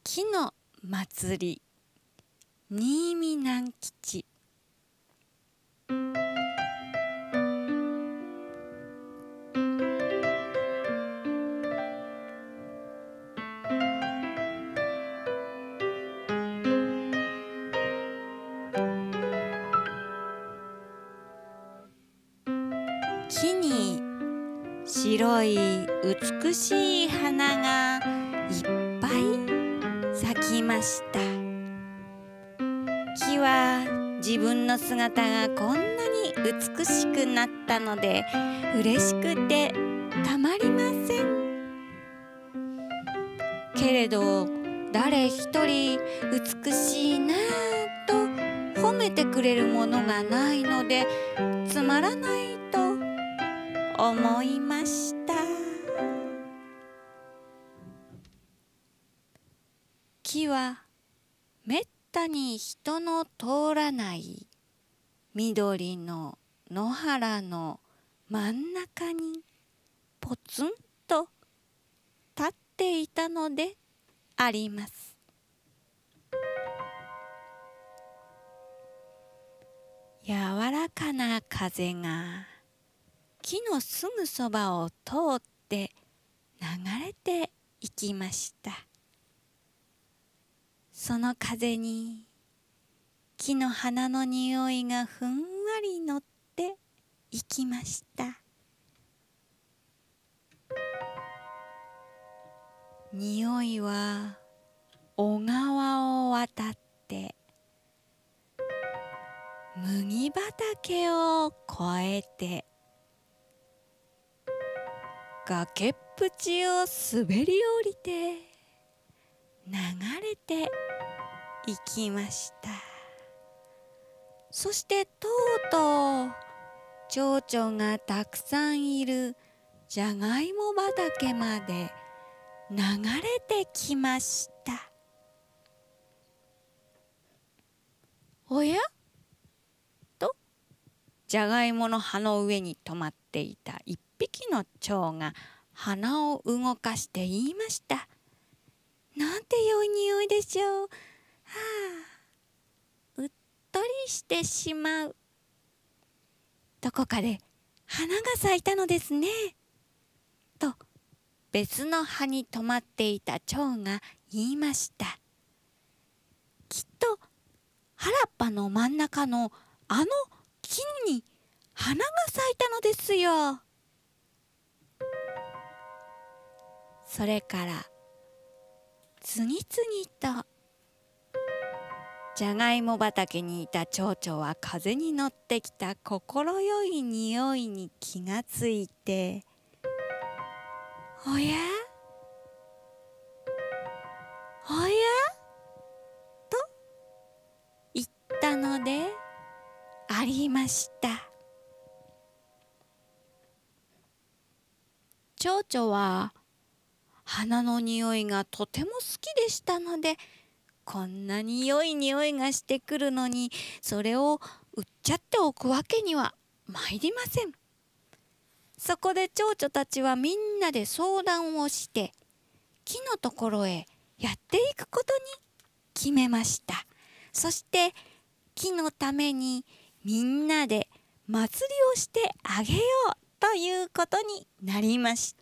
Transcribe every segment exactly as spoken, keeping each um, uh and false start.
木の祭り新見南吉。木に白い美しい花がいっぱい咲きました。木は自分の姿がこんなに美しくなったので嬉しくてたまりません。けれど誰一人美しいなぁと褒めてくれるものがないのでつまらないと思いました。木はめったに人の通らない緑の野原の真ん中にポツンと立っていたのであります。柔らかな風が木のすぐそばを通って流れていきました。その風に木の花の匂いがふんわり乗っていきました。匂いは小川を渡って麦畑を越えて崖っぷちを滑り降りて流れていきました。そしてとうとう蝶々がたくさんいるじゃがいも畑まで流れてきました。おやとじゃがいもの葉の上に止まっていた一匹の蝶が鼻を動かして言いました。なんて良い匂いでしょう。はあ、うっとりしてしまう。どこかで花が咲いたのですね。と別の葉に止まっていた蝶が言いました。きっと原っぱの真ん中のあの木に花が咲いたのですよ。それから次々とじゃがいも畑にいた蝶々は風に乗ってきた心よい匂いに気がついて、おやおやと言ったのでありました。蝶々は花の匂いがとても好きでしたので、こんなに良い匂いがしてくるのにそれを売っちゃっておくわけには参りません。そこで蝶々たちはみんなで相談をして木のところへやっていくことに決めました。そして木のためにみんなで祭りをしてあげようということになりました。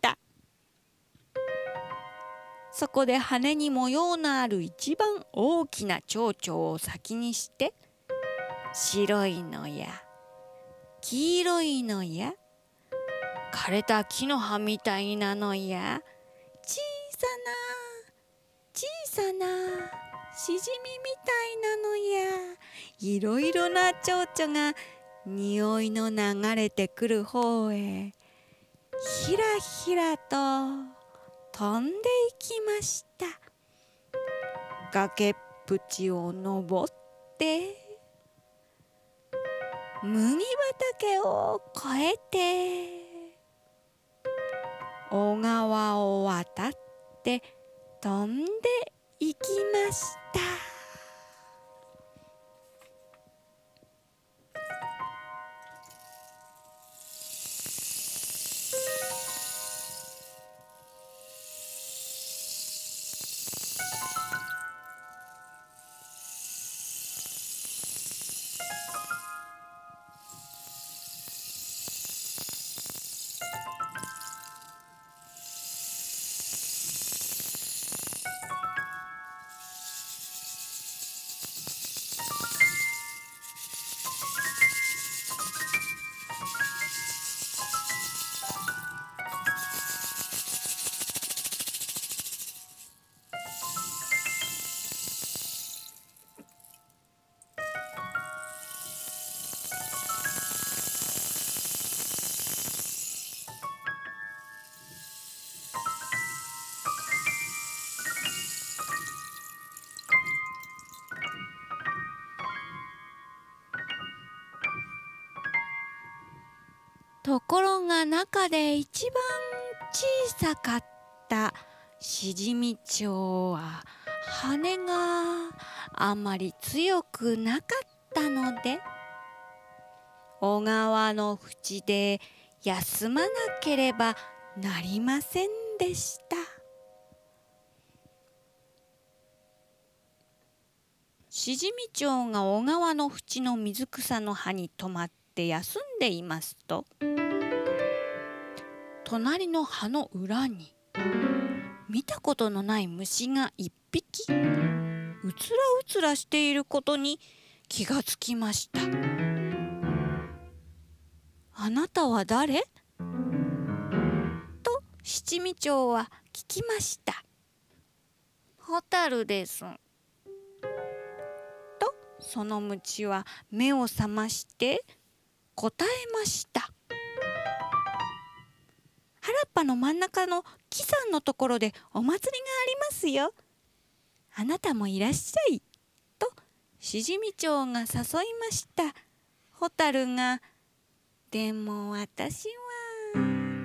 そこで羽に模様のある一番大きな蝶々を先にして白いのや黄色いのや枯れた木の葉みたいなのや小さな小さなしじみみたいなのやいろいろな蝶々が匂いの流れてくる方へひらひらと飛んでいきました。崖っぷちを登って麦畑を越えて小川を渡って飛んでいきました。 ところが中で一番小さかったしじみチョウは羽があまり強くなかったので、小川の淵で休まなければなりませんでした。しじみチョウが小川の淵の水草の葉に止まって休んでいますと、隣の葉の裏に見たことのない虫が一匹うつらうつらしていることに気がつきました。あなたは誰？と七味町は聞きました。ホタルです。とその虫は目を覚まして答えました。原っぱの真ん中の木さんのところでお祭りがありますよ。あなたもいらっしゃい。としじみ町が誘いました。ホタルが、でも私は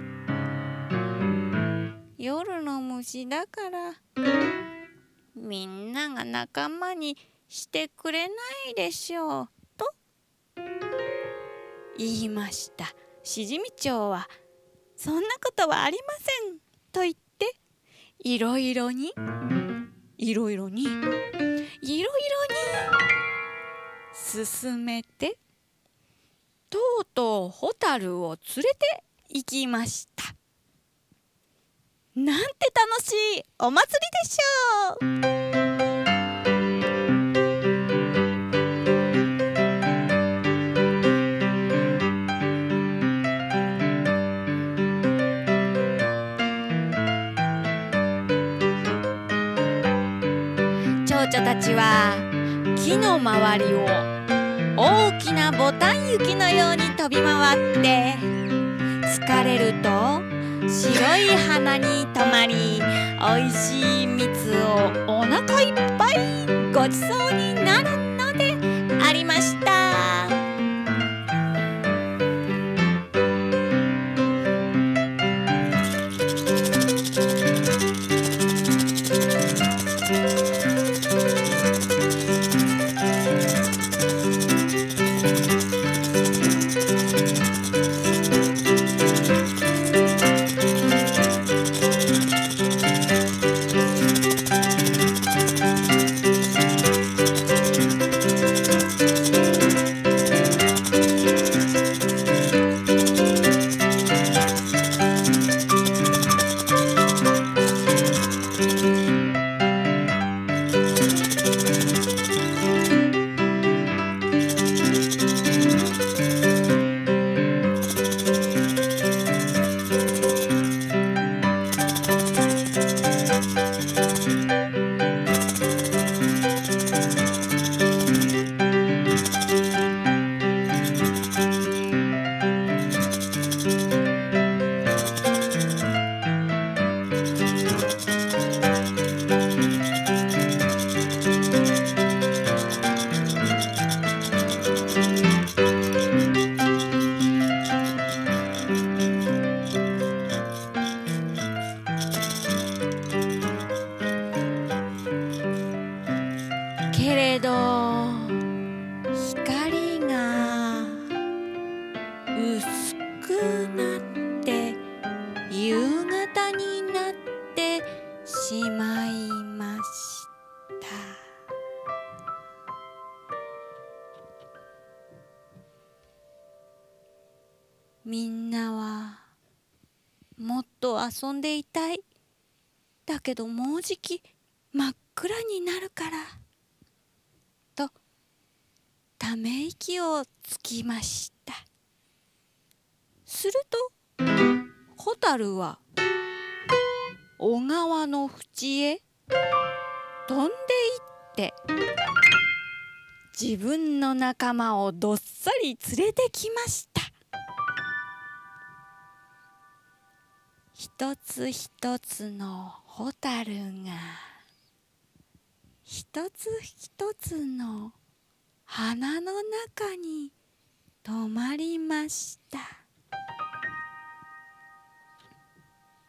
夜の虫だからみんなが仲間にしてくれないでしょう。と言いました。しじみ町は、そんなことはありませんと言って、いろいろにいろいろにいろいろに進めて、とうとうホタルを連れて行きました。なんて楽しいお祭りでしょう。蝶々たちは木の周りを大きなボタン雪のように飛び回って、疲れると白い花に止まり、おいしい蜜をお腹いっぱいごちそうになるのでありました。けれど光が薄くなって夕方になってしまいました。みんなはもっと遊んでいたい。だけどもうじき真っ暗になるからとため息をつきました。するとホタルは小川の淵へ飛んでいって自分の仲間をどっさり連れてきました。一つ一つのホタルが一つ一つの花の中に止まりました。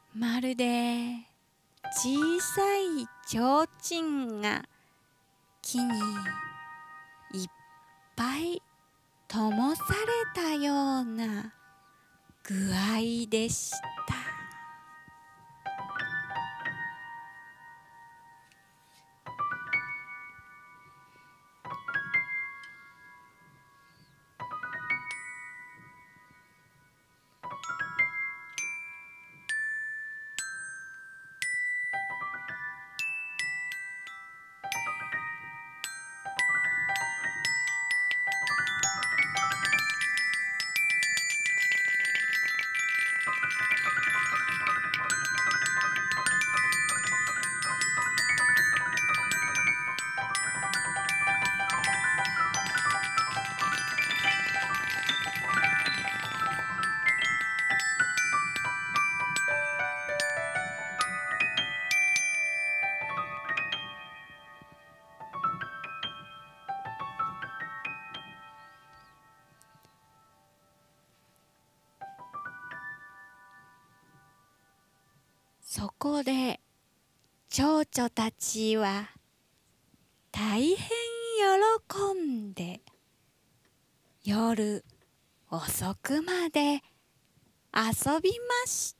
まるで小さい提灯が木にいっぱい灯されたような具合でした。そこで蝶々たちは大変喜んで夜遅くまで遊びました。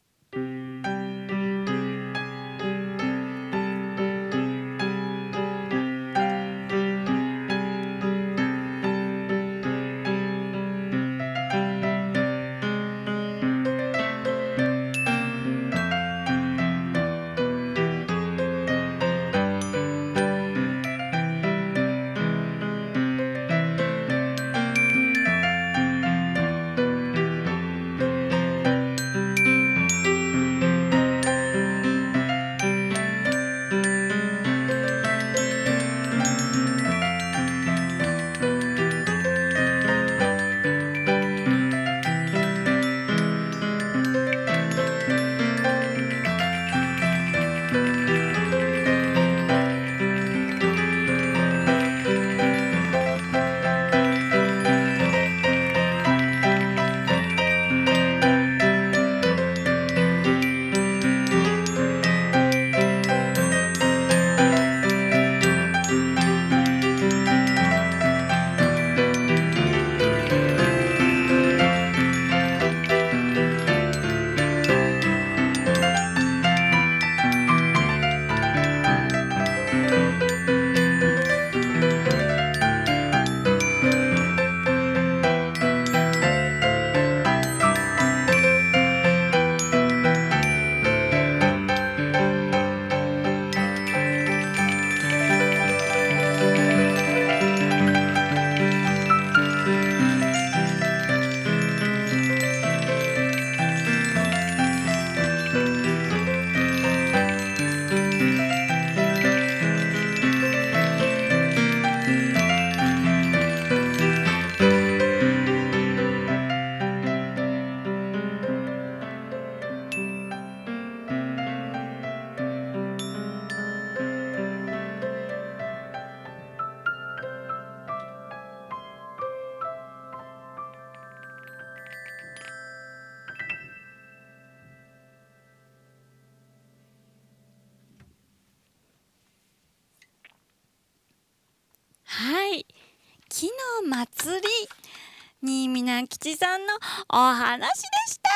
はい、木の祭り新見南吉さんのお話でした。